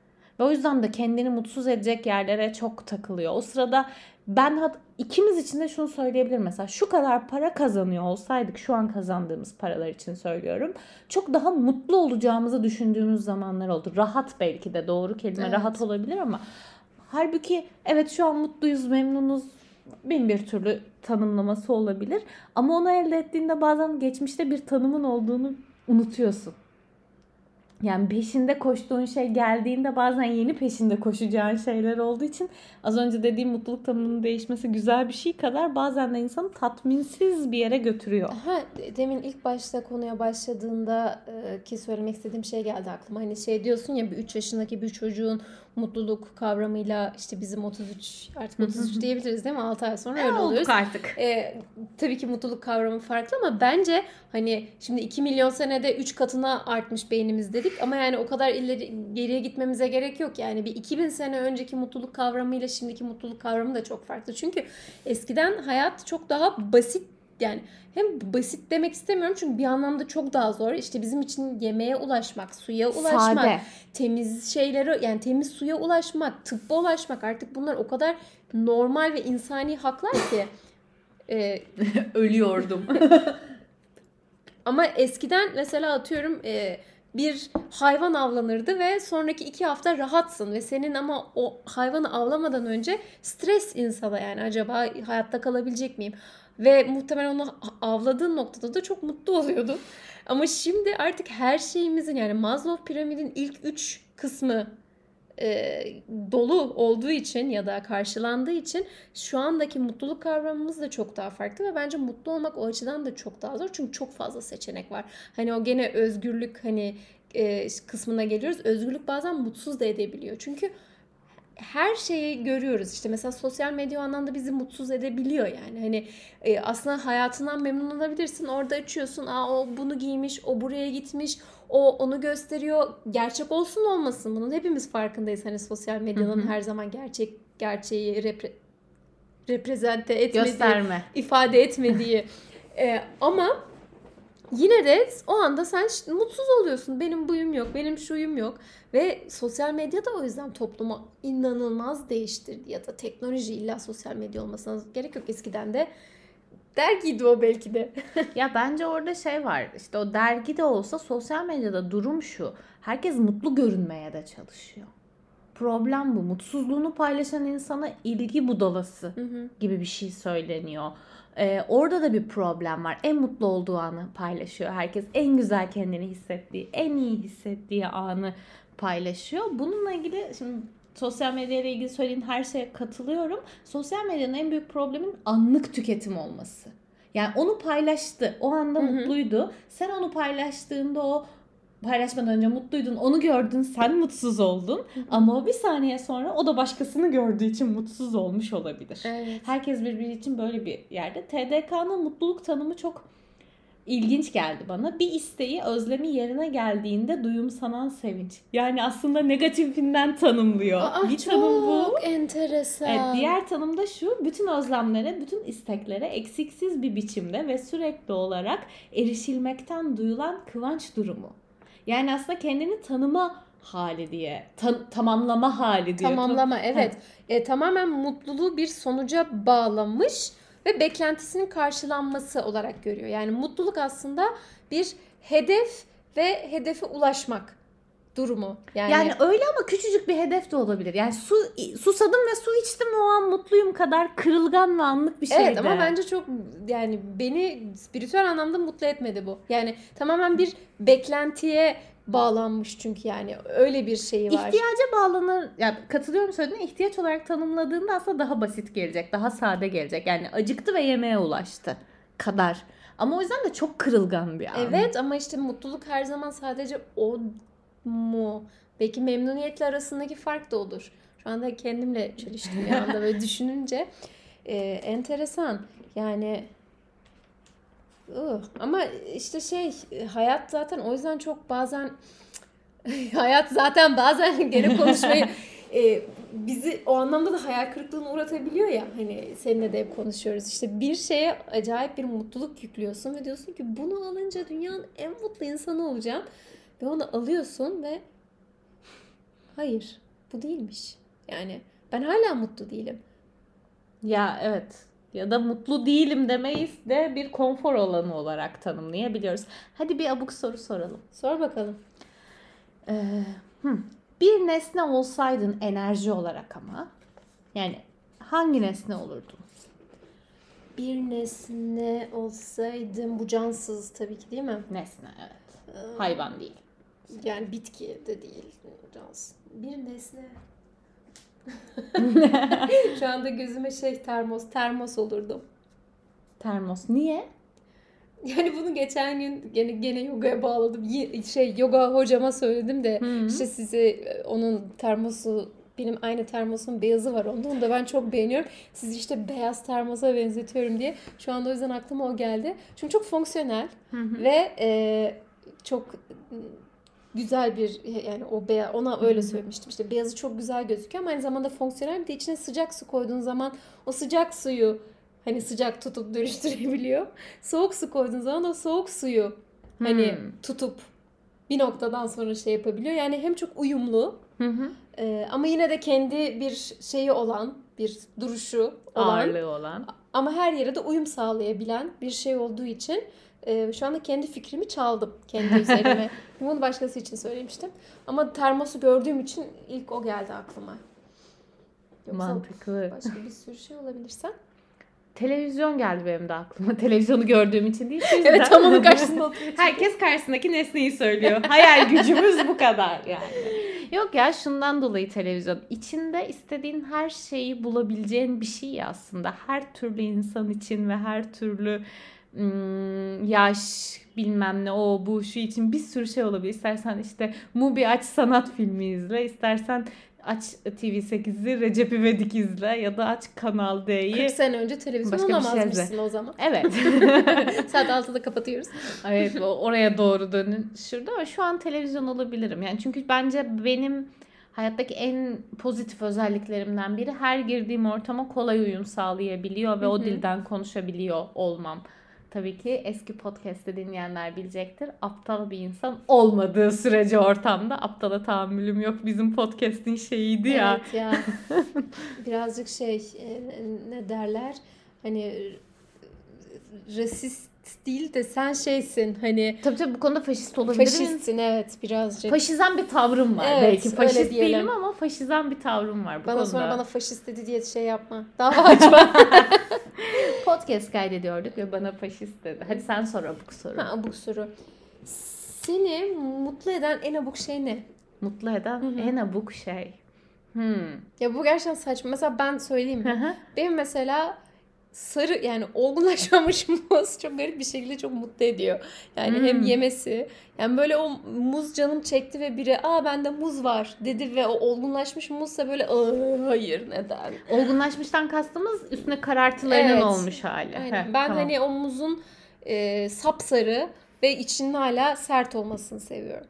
Ve o yüzden de kendini mutsuz edecek yerlere çok takılıyor. O sırada ikimiz için de şunu söyleyebilirim mesela, şu kadar para kazanıyor olsaydık, şu an kazandığımız paralar için söylüyorum, çok daha mutlu olacağımızı düşündüğümüz zamanlar oldu. Rahat, belki de doğru kelime Evet. rahat olabilir ama halbuki evet şu an mutluyuz, memnunuz, bin bir türlü tanımlaması olabilir. Ama onu elde ettiğinde bazen geçmişte bir tanımın olduğunu unutuyorsun. Yani peşinde koştuğun şey geldiğinde bazen yeni peşinde koşacağın şeyler olduğu için, az önce dediğim mutluluk tanımının değişmesi güzel bir şey kadar bazen de insanı tatminsiz bir yere götürüyor. Demin ilk başta konuya başladığında ki söylemek istediğim şey geldi aklıma. Hani şey diyorsun ya, bir 3 yaşındaki bir çocuğun mutluluk kavramıyla işte bizim 33, artık 33 diyebiliriz değil mi? 6 ay sonra öyle oluyoruz. Artık. Tabii ki mutluluk kavramı farklı ama bence hani şimdi 2 milyon senede 3 katına artmış beynimiz dedik ama yani o kadar geriye gitmemize gerek yok. Yani bir 2000 sene önceki mutluluk kavramıyla şimdiki mutluluk kavramı da çok farklı. Çünkü eskiden hayat çok daha basit. Yani hem basit demek istemiyorum çünkü bir anlamda çok daha zor. İşte bizim için yemeğe ulaşmak, suya ulaşmak, sade, temiz şeylere, yani temiz suya ulaşmak, tıbba ulaşmak, artık bunlar o kadar normal ve insani haklar ki. Ölüyordum. Ama eskiden mesela atıyorum bir hayvan avlanırdı ve sonraki 2 hafta rahatsın ve senin ama o hayvanı avlamadan önce stres insana, yani acaba hayatta kalabilecek miyim? Ve muhtemelen onu avladığın noktada da çok mutlu oluyordun. Ama şimdi artık her şeyimizin, yani Maslow piramidin ilk 3 kısmı dolu olduğu için ya da karşılandığı için şu andaki mutluluk kavramımız da çok daha farklı ve bence mutlu olmak o açıdan da çok daha zor. Çünkü çok fazla seçenek var. Hani o gene özgürlük kısmına geliyoruz. Özgürlük bazen mutsuz da edebiliyor. Çünkü her şeyi görüyoruz. İşte mesela sosyal medya o anlamda bizi mutsuz edebiliyor yani. Hani aslında hayatından memnun olabilirsin. Orada açıyorsun. O bunu giymiş, o buraya gitmiş, o onu gösteriyor. Gerçek olsun olmasın, bunun hepimiz farkındayız. Hani sosyal medyanın her zaman gerçeği reprezente etmediği, gösterme, ifade etmediği. Ama yine de o anda sen mutsuz oluyorsun. Benim buyum yok, benim şuyum yok. Ve sosyal medya da o yüzden toplumu inanılmaz değiştirdi. Ya da teknoloji, illa sosyal medya olmasına gerek yok. Eskiden de dergiydi o belki de. Ya bence orada şey var, işte o dergide olsa sosyal medyada durum şu: herkes mutlu görünmeye de çalışıyor. Problem bu. Mutsuzluğunu paylaşan insana ilgi budalası gibi bir şey söyleniyor. Orada da bir problem var. En mutlu olduğu anı paylaşıyor herkes. En güzel kendini hissettiği, en iyi hissettiği anı paylaşıyor. Bununla ilgili şimdi sosyal medya ile ilgili söylediğin her şeye katılıyorum. Sosyal medyanın en büyük problemin anlık tüketim olması. Yani onu paylaştı. O anda mutluydu. Sen onu paylaştığında o paylaşmadan önce mutluydun. Onu gördün, sen mutsuz oldun. Ama o bir saniye sonra o da başkasını gördüğü için mutsuz olmuş olabilir. Evet. Herkes birbiri için böyle bir yerde. TDK'nın mutluluk tanımı çok ilginç geldi bana. Bir isteği, özlemi yerine geldiğinde duyumsanan sevinç. Yani aslında negatifinden tanımlıyor. Bir tanım bu. Çok enteresan. Evet, diğer tanım da şu: bütün özlemlere, bütün isteklere eksiksiz bir biçimde ve sürekli olarak erişilmekten duyulan kıvanç durumu. Yani aslında kendini tanıma hali diye, tamamlama hali diye. Tamamlama, evet. Tamamen mutluluğu bir sonuca bağlamış ve beklentisinin karşılanması olarak görüyor. Yani mutluluk aslında bir hedef ve hedefe ulaşmak durumu. Yani öyle ama küçücük bir hedef de olabilir. Yani susadım ve su içtim, o an mutluyum kadar kırılgan ve anlık bir şeydi. Evet ama bence çok, yani beni spiritüel anlamda mutlu etmedi bu. Yani tamamen bir beklentiye bağlanmış, çünkü yani öyle bir şeyi var. İhtiyaca bağlanır. Yani katılıyorum söylediğine, ihtiyaç olarak tanımladığında aslında daha basit gelecek, daha sade gelecek. Yani acıktı ve yemeğe ulaştı kadar. Ama o yüzden de çok kırılgan bir an. Evet ama işte mutluluk her zaman sadece o mu? Belki memnuniyetle arasındaki fark da olur. Şu anda kendimle çeliştim bir anda böyle düşününce. Enteresan. Yani ama işte hayat zaten o yüzden çok bazen hayat zaten bazen gene konuşmayı bizi o anlamda da hayal kırıklığına uğratabiliyor ya. Hani seninle de hep konuşuyoruz. İşte bir şeye acayip bir mutluluk yüklüyorsun ve diyorsun ki bunu alınca dünyanın en mutlu insanı olacağım. Ve onu alıyorsun ve hayır. bu değilmiş. Yani ben hala mutlu değilim. Ya evet. Ya da mutlu değilim demeyiz de bir konfor alanı olarak tanımlayabiliyoruz. Hadi bir abuk soru soralım. Sor bakalım. Bir nesne olsaydın enerji olarak ama, yani hangi nesne olurdun? Bir nesne olsaydım, bu cansız tabii ki değil mi? Nesne, evet. Hayvan değil. Yani bitki de değil. Cansız. Bir nesne. Şu anda gözüme termos olurdum. Termos. Niye? Yani bunu geçen gün gene yogaya bağladım. Yoga hocama söyledim de işte size onun termosu, benim aynı termosun beyazı var onda. Onu da ben çok beğeniyorum. Sizi işte beyaz termosa benzetiyorum diye. Şu anda o yüzden aklıma o geldi. Çünkü çok fonksiyonel ve çok güzel bir, yani o beyaz, ona öyle söylemiştim. İşte beyazı çok güzel gözüküyor ama aynı zamanda fonksiyonel. Bir de içine sıcak su koyduğun zaman o sıcak suyu hani sıcak tutup dönüştürebiliyor. Soğuk su koyduğun zaman o soğuk suyu hani tutup bir noktadan sonra şey yapabiliyor. Yani hem çok uyumlu ama yine de kendi bir şeyi olan, bir duruşu olan, ağırlığı olan ama her yere de uyum sağlayabilen bir şey olduğu için şu anda kendi fikrimi çaldım kendi üzerime. Bunu başkası için söylemiştim. Ama termosu gördüğüm için ilk o geldi aklıma. Yoksa mantıklı. başka bir sürü şey olabilirse. Televizyon geldi benim de aklıma. Televizyonu gördüğüm için değil. Evet, tam onun karşısında oturuyor. Herkes karşısındaki nesneyi söylüyor. Hayal gücümüz bu kadar yani. Yok ya, şundan dolayı televizyon. İçinde istediğin her şeyi bulabileceğin bir şey aslında. Her türlü insan için ve her türlü yaş, bilmem ne, o bu şu için bir sürü şey olabilir. İstersen işte Mubi aç, sanat filmi izle. İstersen aç TV8'i, Recep İvedik izle ya da aç Kanal D'yi. 40 sene önce televizyon olamazmışsın o zaman. Evet. Saat 6'da kapatıyoruz. Evet, oraya doğru dönüşürdü ama şu an televizyon olabilirim. Yani çünkü bence benim hayattaki en pozitif özelliklerimden biri her girdiğim ortama kolay uyum sağlayabiliyor ve o dilden konuşabiliyor olmam. Tabii ki eski podcast'te dinleyenler bilecektir. Aptal bir insan olmadığı sürece ortamda aptala tahammülüm yok. Bizim podcast'in şeyiydi ya. Evet ya. Birazcık ne derler? Hani rasist değil de sen şeysin hani. Tabii bu konuda faşist olabilirim. Faşistsin, evet, birazcık. Faşizan bir tavrım var. Evet, belki faşist değilim ama faşizan bir tavrım var bu konuda. Sonra bana faşist dedi diye şey yapma. Dava açma. Podcast kaydediyorduk ve bana faşist dedi. Hadi sen sor abuk soru. Abuk soru. Seni mutlu eden en abuk şey ne? Mutlu eden en abuk şey. Ya bu gerçekten saçma. Mesela ben söyleyeyim mi? Benim mesela sarı, yani olgunlaşmamış muz çok garip bir şekilde çok mutlu ediyor. Yani hem yemesi. Yani böyle o muz canım çekti ve biri bende muz var dedi ve o olgunlaşmış muzsa böyle hayır, neden? Olgunlaşmıştan kastımız üstüne karartılarının olmuş hali. Ben tamam. Hani o muzun sapsarı ve içinin hala sert olmasını seviyorum.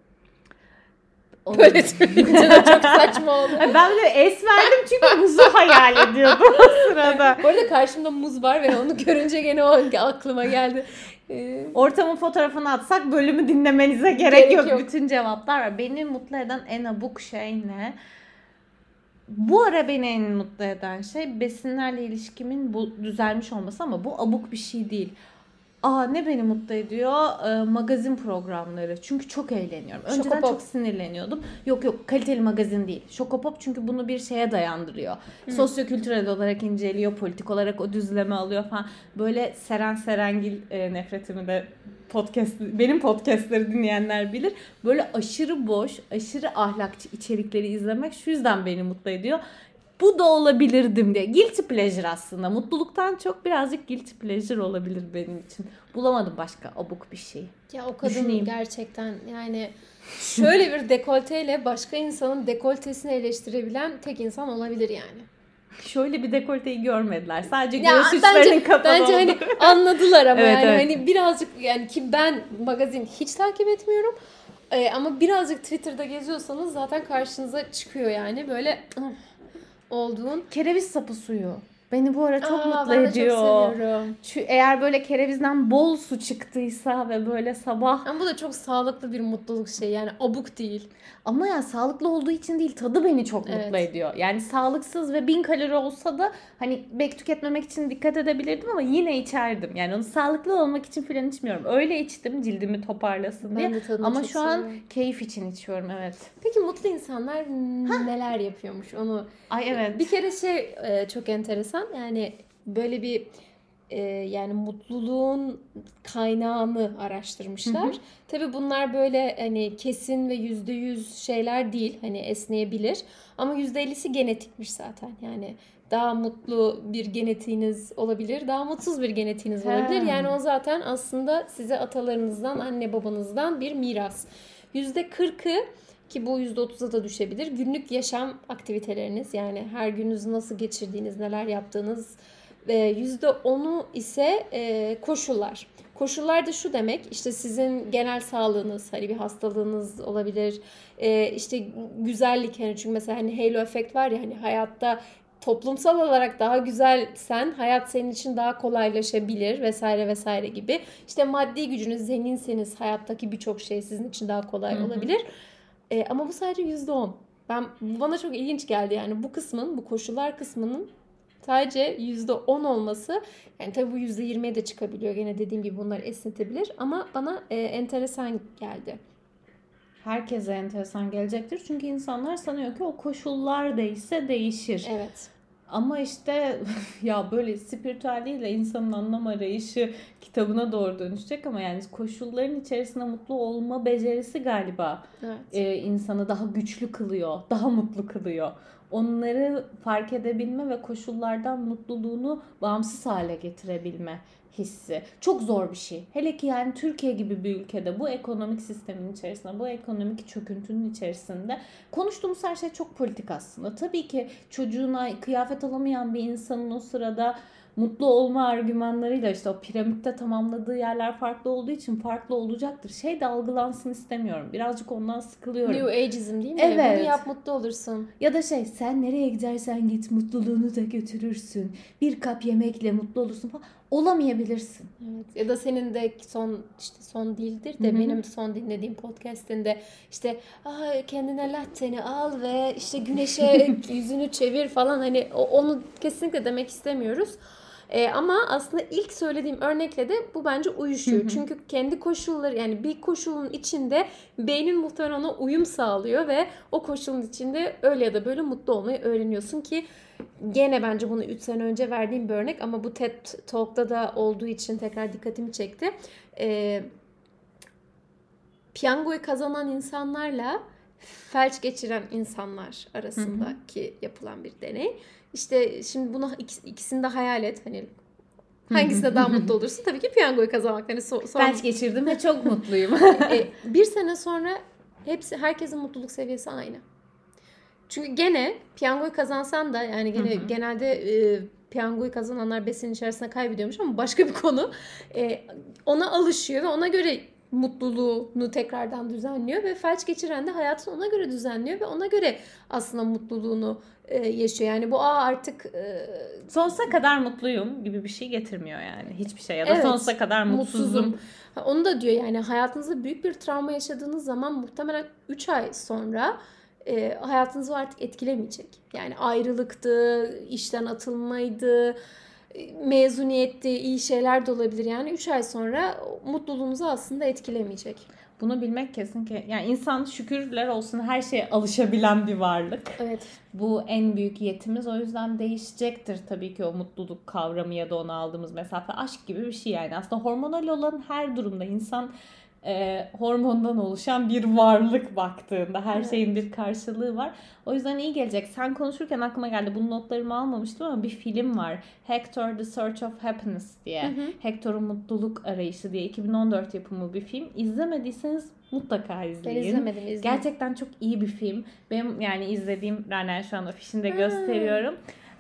Böyle söyleyince de çok saçma oldu. Ben de es verdim çünkü muzu hayal ediyordum o sırada. Bu arada karşımda muz var ve onu görünce gene o aklıma geldi. Ortamın fotoğrafını atsak bölümü dinlemenize gerek yok. Bütün cevaplar var. Beni mutlu eden en abuk şey ne? Bu ara beni en mutlu eden şey besinlerle ilişkimin düzelmiş olması ama bu abuk bir şey değil. Ne beni mutlu ediyor? Magazin programları. Çünkü çok eğleniyorum. Önceden Şokopop. çok sinirleniyordum. Yok, kaliteli magazin değil. Şokopop çünkü bunu bir şeye dayandırıyor. Sosyokültürel olarak inceliyor. Politik olarak o düzleme alıyor falan. Böyle Seren Serengil nefretimi de benim podcastleri dinleyenler bilir. Böyle aşırı boş, aşırı ahlakçı içerikleri izlemek şu yüzden beni mutlu ediyor. Bu da olabilirdim diye. Guilty pleasure aslında. Mutluluktan çok birazcık guilty pleasure olabilir benim için. Bulamadım başka abuk bir şey. Ya o kadın gerçekten yani şöyle bir dekolteyle başka insanın dekoltesini eleştirebilen tek insan olabilir yani. Şöyle bir dekolteyi görmediler. Sadece göğüs üstlerinin kapalı bence oldu. hani anladılar ama evet, yani evet. Hani birazcık, yani ki ben magazin hiç takip etmiyorum. Ama birazcık Twitter'da geziyorsanız zaten karşınıza çıkıyor yani böyle olduğun. Kereviz sapı suyu. Beni bu ara çok mutlu ben de ediyor. çok seviyorum. Eğer böyle kerevizden bol su çıktıysa ve böyle sabah... Ama bu da çok sağlıklı bir mutluluk şeyi. Yani abuk değil. Ama ya sağlıklı olduğu için değil, tadı beni çok mutlu ediyor. Yani sağlıksız ve 1000 kalori olsa da hani belki tüketmemek için dikkat edebilirdim ama yine içerdim. Yani onu sağlıklı olmak için falan içmiyorum. Öyle içtim cildimi toparlasın diye. Ama şu an keyif için içiyorum, evet. Peki mutlu insanlar neler yapıyormuş onu? Ay evet. Bir kere çok enteresan. Yani böyle bir yani mutluluğun kaynağını araştırmışlar. Tabii bunlar böyle hani kesin ve %100 şeyler değil. Hani esneyebilir. Ama %50'si genetikmiş zaten. Yani daha mutlu bir genetiğiniz olabilir. Daha mutsuz bir genetiğiniz olabilir. Yani o zaten aslında size atalarınızdan, anne babanızdan bir miras. %40'ı ki bu %30'a da düşebilir. Günlük yaşam aktiviteleriniz, yani her gününüzü nasıl geçirdiğiniz, neler yaptığınız. %10'u ise koşullar. Koşullar da şu demek, işte sizin genel sağlığınız, hani bir hastalığınız olabilir, işte güzellik, hani çünkü mesela hani halo efekt var ya, hani hayatta toplumsal olarak daha güzelsen hayat senin için daha kolaylaşabilir vesaire vesaire gibi. İşte maddi gücünüz, zenginseniz hayattaki birçok şey sizin için daha kolay olabilir. Ama bu sadece %10. Bana çok ilginç geldi yani bu kısmın, bu koşullar kısmının sadece %10 olması, yani tabii bu %20'ye de çıkabiliyor. Gene dediğim gibi bunlar esnetebilir ama bana enteresan geldi. Herkese enteresan gelecektir. Çünkü insanlar sanıyor ki o koşullar değişse değişir. Evet. Ama işte ya böyle spiritüelliğiyle insanın anlam arayışı kitabına doğru dönüşecek ama yani koşulların içerisinde mutlu olma becerisi galiba insanı daha güçlü kılıyor, daha mutlu kılıyor. Onları fark edebilme ve koşullardan mutluluğunu bağımsız hale getirebilme hissi. Çok zor bir şey. Hele ki yani Türkiye gibi bir ülkede bu ekonomik sistemin içerisinde, bu ekonomik çöküntünün içerisinde konuştuğumuz her şey çok politik aslında. Tabii ki çocuğuna kıyafet alamayan bir insanın o sırada mutlu olma argümanlarıyla işte o piramitte tamamladığı yerler farklı olduğu için farklı olacaktır. Şey de algılansın istemiyorum. Birazcık ondan sıkılıyorum. New Ageism değil mi? Evet. Bunu yap, mutlu olursun. Ya da sen nereye gidersen git mutluluğunu da götürürsün. Bir kap yemekle mutlu olursun falan. Olamayabilirsin. Evet. Ya da senin de son değildir de benim son dinlediğim podcast'inde işte kendine latteni al ve işte güneşe yüzünü çevir falan, hani onu kesinlikle demek istemiyoruz. Ama aslında ilk söylediğim örnekle de bu bence uyuşuyor. Çünkü kendi koşulları, yani bir koşulun içinde beynin muhtemelen ona uyum sağlıyor ve o koşulun içinde öyle ya da böyle mutlu olmayı öğreniyorsun ki gene bence bunu 3 sene önce verdiğim bir örnek ama bu TED Talk'ta da olduğu için tekrar dikkatimi çekti. Piyangoyu kazanan insanlarla felç geçiren insanlar arasındaki yapılan bir deney. İşte şimdi bunu ikisini de hayal et. Hani hangisine daha mutlu olursun? Tabii ki piyangoyu kazanmak. Hani felç geçirdim ve çok mutluyum. Bir sene sonra herkesin mutluluk seviyesi aynı. Çünkü gene piyangoyu kazansan da, yani gene genelde piyangoyu kazananlar besin içerisinde kaybediyormuş ama başka bir konu. Ona alışıyor ve ona göre mutluluğunu tekrardan düzenliyor ve felç geçiren de hayatını ona göre düzenliyor ve ona göre aslında mutluluğunu yaşıyor. Yani bu artık sonsuza kadar mutluyum gibi bir şey getirmiyor yani hiçbir şey, ya da sonsuza kadar mutsuzum. Onu da diyor, yani hayatınızda büyük bir travma yaşadığınız zaman muhtemelen 3 ay sonra hayatınızı artık etkilemeyecek. Yani ayrılıktı, işten atılmaydı, mezuniyetti, iyi şeyler de olabilir. Yani 3 ay sonra mutluluğunuzu aslında etkilemeyecek. Bunu bilmek kesin ki, yani insan şükürler olsun her şeye alışabilen bir varlık. Evet. Bu en büyük yetimiz, o yüzden değişecektir tabii ki o mutluluk kavramı ya da ona aldığımız mesafe. Aşk gibi bir şey yani. Aslında hormonal olan her durumda insan hormondan oluşan bir varlık baktığında. Her şeyin bir karşılığı var. O yüzden iyi gelecek. Sen konuşurken aklıma geldi. Bunun notlarımı almamıştım ama bir film var. Hector The Search of Happiness diye. Hector'un Mutluluk Arayışı diye 2014 yapımı bir film. İzlemediyseniz mutlaka izleyin. Ben izlemedim. Gerçekten çok iyi bir film. Benim yani izlediğim, Rana şu an afişinde gösteriyorum.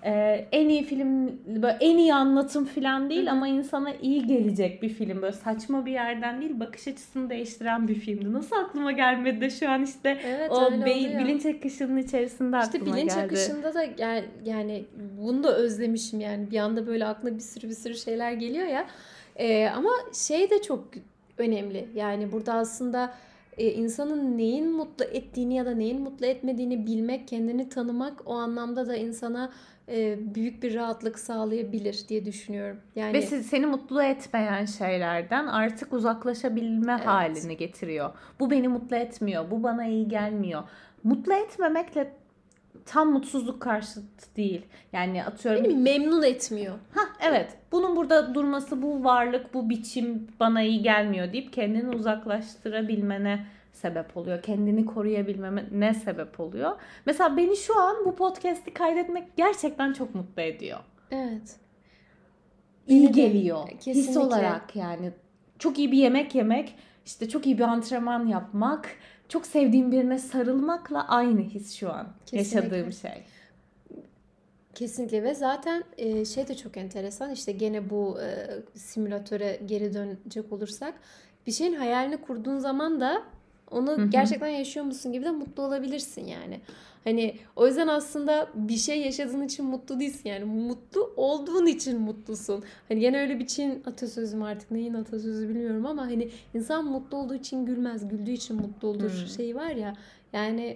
En iyi film, böyle en iyi anlatım falan değil ama insana iyi gelecek bir film. Böyle saçma bir yerden değil, bakış açısını değiştiren bir filmdi. Nasıl aklıma gelmedi de şu an işte Evet, o öyle oluyor. bilinç akışının içerisinde İşte aklıma bilinç geldi. akışında da yani bunu da özlemişim yani. Bir anda böyle aklına bir sürü şeyler geliyor ya. Ama şey de çok önemli. Yani burada aslında insanın neyin mutlu ettiğini ya da neyin mutlu etmediğini bilmek, kendini tanımak o anlamda da insana büyük bir rahatlık sağlayabilir diye düşünüyorum. Yani Ve seni mutlu etmeyen şeylerden artık uzaklaşabilme halini getiriyor. Bu beni mutlu etmiyor, bu bana iyi gelmiyor. Mutlu etmemekle tam mutsuzluk karşıtı değil. Yani atıyorum... beni memnun etmiyor. Evet. Bunun burada durması, bu varlık, bu biçim bana iyi gelmiyor deyip kendini uzaklaştırabilmene sebep oluyor. Kendini koruyabilmene sebep oluyor. Mesela beni şu an bu podcast'i kaydetmek gerçekten çok mutlu ediyor. Evet. İyi geliyor. Kesinlikle. His olarak yani. Çok iyi bir yemek yemek, işte çok iyi bir antrenman yapmak, çok sevdiğim birine sarılmakla aynı his şu an. Kesinlikle. Yaşadığım şey. Kesinlikle ve zaten şey de çok enteresan, işte gene bu simülatöre geri dönecek olursak, bir şeyin hayalini kurduğun zaman da onu gerçekten yaşıyor musun gibi de mutlu olabilirsin yani. Hani o yüzden aslında bir şey yaşadığın için mutlu değilsin, yani mutlu olduğun için mutlusun. Hani gene öyle bir Çin atasözü mü, artık neyin atasözü bilmiyorum ama hani insan mutlu olduğu için gülmez, güldüğü için mutlu olur şeyi var ya. Yani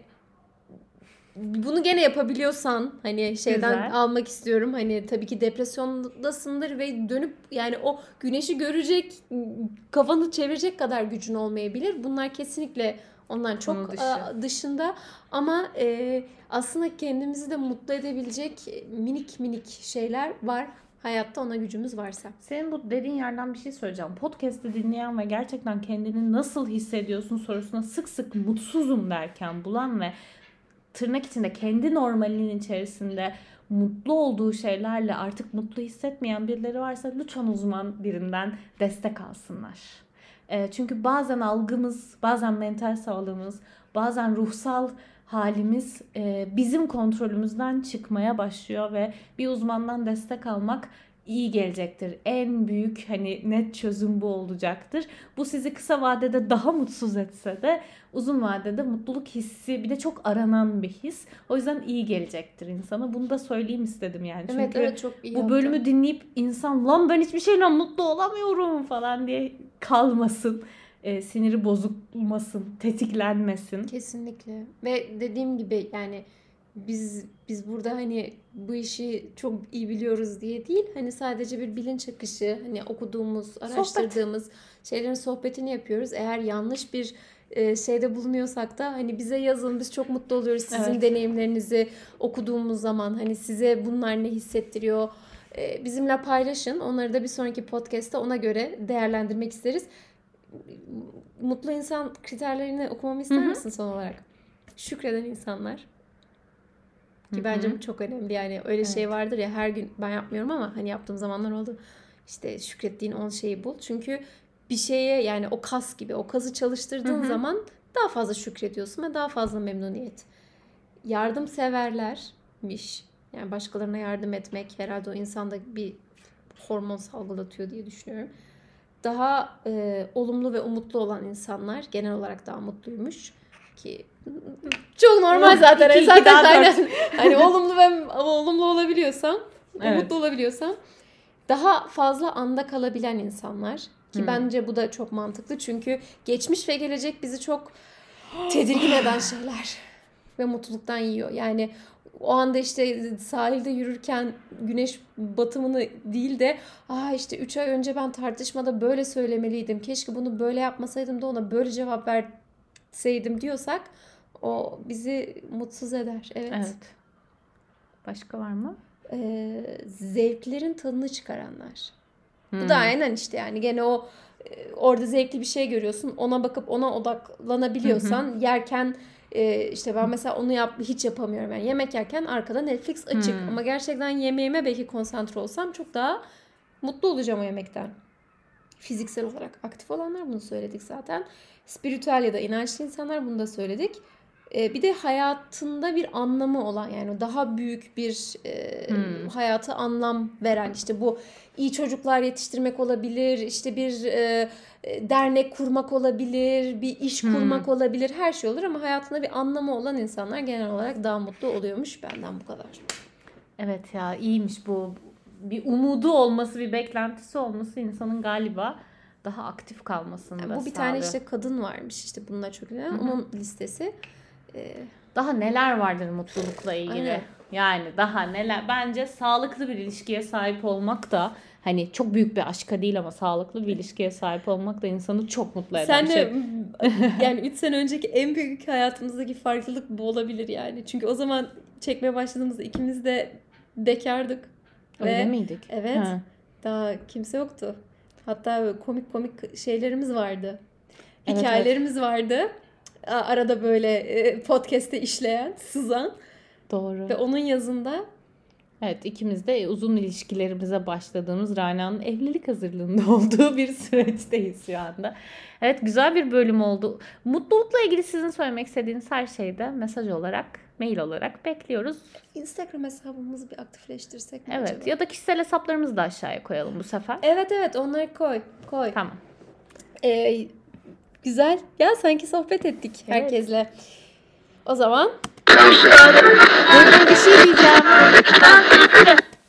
bunu gene yapabiliyorsan hani şeyden Güzel. almak istiyorum. Hani tabii ki depresyondasındır ve dönüp yani o güneşi görecek, kafanı çevirecek kadar gücün olmayabilir. Bunlar kesinlikle ondan çok dışında ama aslında kendimizi de mutlu edebilecek minik minik şeyler var hayatta, ona gücümüz varsa. Senin bu dediğin yerden bir şey söyleyeceğim. Podcast'ı dinleyen ve gerçekten kendini nasıl hissediyorsun sorusuna sık sık mutsuzum derken bulan ve tırnak içinde kendi normalinin içerisinde mutlu olduğu şeylerle artık mutlu hissetmeyen birileri varsa lütfen uzman birinden destek alsınlar. Çünkü bazen algımız, bazen mental sağlığımız, bazen ruhsal halimiz bizim kontrolümüzden çıkmaya başlıyor ve bir uzmandan destek almak iyi gelecektir. En büyük hani net çözüm bu olacaktır. Bu sizi kısa vadede daha mutsuz etse de uzun vadede mutluluk hissi, bir de çok aranan bir his. O yüzden iyi gelecektir insana. Bunu da söyleyeyim istedim yani. Çünkü Evet, çok iyi bu bölümü dinleyip insan lan ben hiçbir şeyle mutlu olamıyorum falan diye kalmasın. Siniri bozulmasın, tetiklenmesin. Kesinlikle. Ve dediğim gibi yani biz burada hani bu işi çok iyi biliyoruz diye değil, hani sadece bir bilinç akışı, hani okuduğumuz, araştırdığımız şeylerin sohbetini yapıyoruz. Eğer yanlış bir şeyde bulunuyorsak da hani bize yazın, biz çok mutlu oluyoruz sizin deneyimlerinizi okuduğumuz zaman, hani size bunlar ne hissettiriyor bizimle paylaşın. Onları da bir sonraki podcast'ta ona göre değerlendirmek isteriz. Mutlu insan kriterlerini okumamı ister misin son olarak? Şükreden insanlar. Ki bence bu çok önemli. Yani öyle şey vardır ya, her gün ben yapmıyorum ama hani yaptığım zamanlar oldu. İşte şükrettiğin 10 şeyi bul. Çünkü bir şeye, yani o kas gibi, o kası çalıştırdığın zaman daha fazla şükrediyorsun ve daha fazla memnuniyet. Yardımseverlermiş. Yani başkalarına yardım etmek herhalde o insanda bir hormon salgılatıyor diye düşünüyorum. Daha olumlu ve umutlu olan insanlar genel olarak daha mutluymuş ki çok normal zaten. İki, zaten daha aynen. Hani olumlu olabiliyorsam, umutlu olabiliyorsam, daha fazla anda kalabilen insanlar ki bence bu da çok mantıklı, çünkü geçmiş ve gelecek bizi çok tedirgin eden şeyler ve mutluluktan yiyor. Yani o anda işte sahilde yürürken güneş batımını değil de işte 3 ay önce ben tartışmada böyle söylemeliydim, keşke bunu böyle yapmasaydım da ona böyle cevap verseydim diyorsak o bizi mutsuz eder. Evet. Başka var mı? Zevklerin tadını çıkaranlar. Bu da aynen işte, yani gene o orada zevkli bir şey görüyorsun, ona bakıp ona odaklanabiliyorsan yerken işte ben mesela onu hiç yapamıyorum. Yani yemek yerken arkada Netflix açık ama gerçekten yemeğime belki konsantre olsam çok daha mutlu olacağım o yemekten. Fiziksel olarak aktif olanlar, bunu söyledik zaten. Spiritüel ya da inançlı insanlar, bunu da söyledik. Bir de hayatında bir anlamı olan, yani daha büyük bir hayata anlam veren, işte bu iyi çocuklar yetiştirmek olabilir, işte bir dernek kurmak olabilir, bir iş kurmak olabilir, her şey olur ama hayatında bir anlamı olan insanlar genel olarak daha mutlu oluyormuş. Benden bu kadar. Evet ya, iyiymiş bu. Bir umudu olması, bir beklentisi olması insanın galiba daha aktif kalmasını da Bu bir sağlıyor. tane işte kadın varmış, işte bununla çok ilgilenen, onun listesi. Daha neler vardır mutlulukla ilgili? Aynen. Yani daha neler? Bence sağlıklı bir ilişkiye sahip olmak da, hani çok büyük bir aşka değil ama sağlıklı bir ilişkiye sahip olmak da insanı çok mutlu eden Sen bir şey. de yani 3 sene önceki en büyük hayatımızdaki farklılık bu olabilir yani. Çünkü o zaman çekmeye başladığımızda ikimiz de bekardık. Öyle miydik? Evet. Ha. Daha kimse yoktu. Hatta böyle komik şeylerimiz vardı. Evet, Hikayelerimiz vardı. Arada böyle podcast'te işleyen, sızan. Doğru. Ve onun yazında Evet, ikimiz de uzun ilişkilerimize başladığımız, Rana'nın evlilik hazırlığında olduğu bir süreçteyiz şu anda. Evet, güzel bir bölüm oldu. Mutlulukla ilgili sizin söylemek istediğiniz her şeyi de mesaj olarak, mail olarak bekliyoruz. Instagram hesabımızı bir aktifleştirsek mi Evet, acaba? ya da kişisel hesaplarımızı da aşağıya koyalım bu sefer. Evet, onları koy. Tamam. Güzel. Ya sanki sohbet ettik herkesle. O zaman Burada bir şey diyeceğim.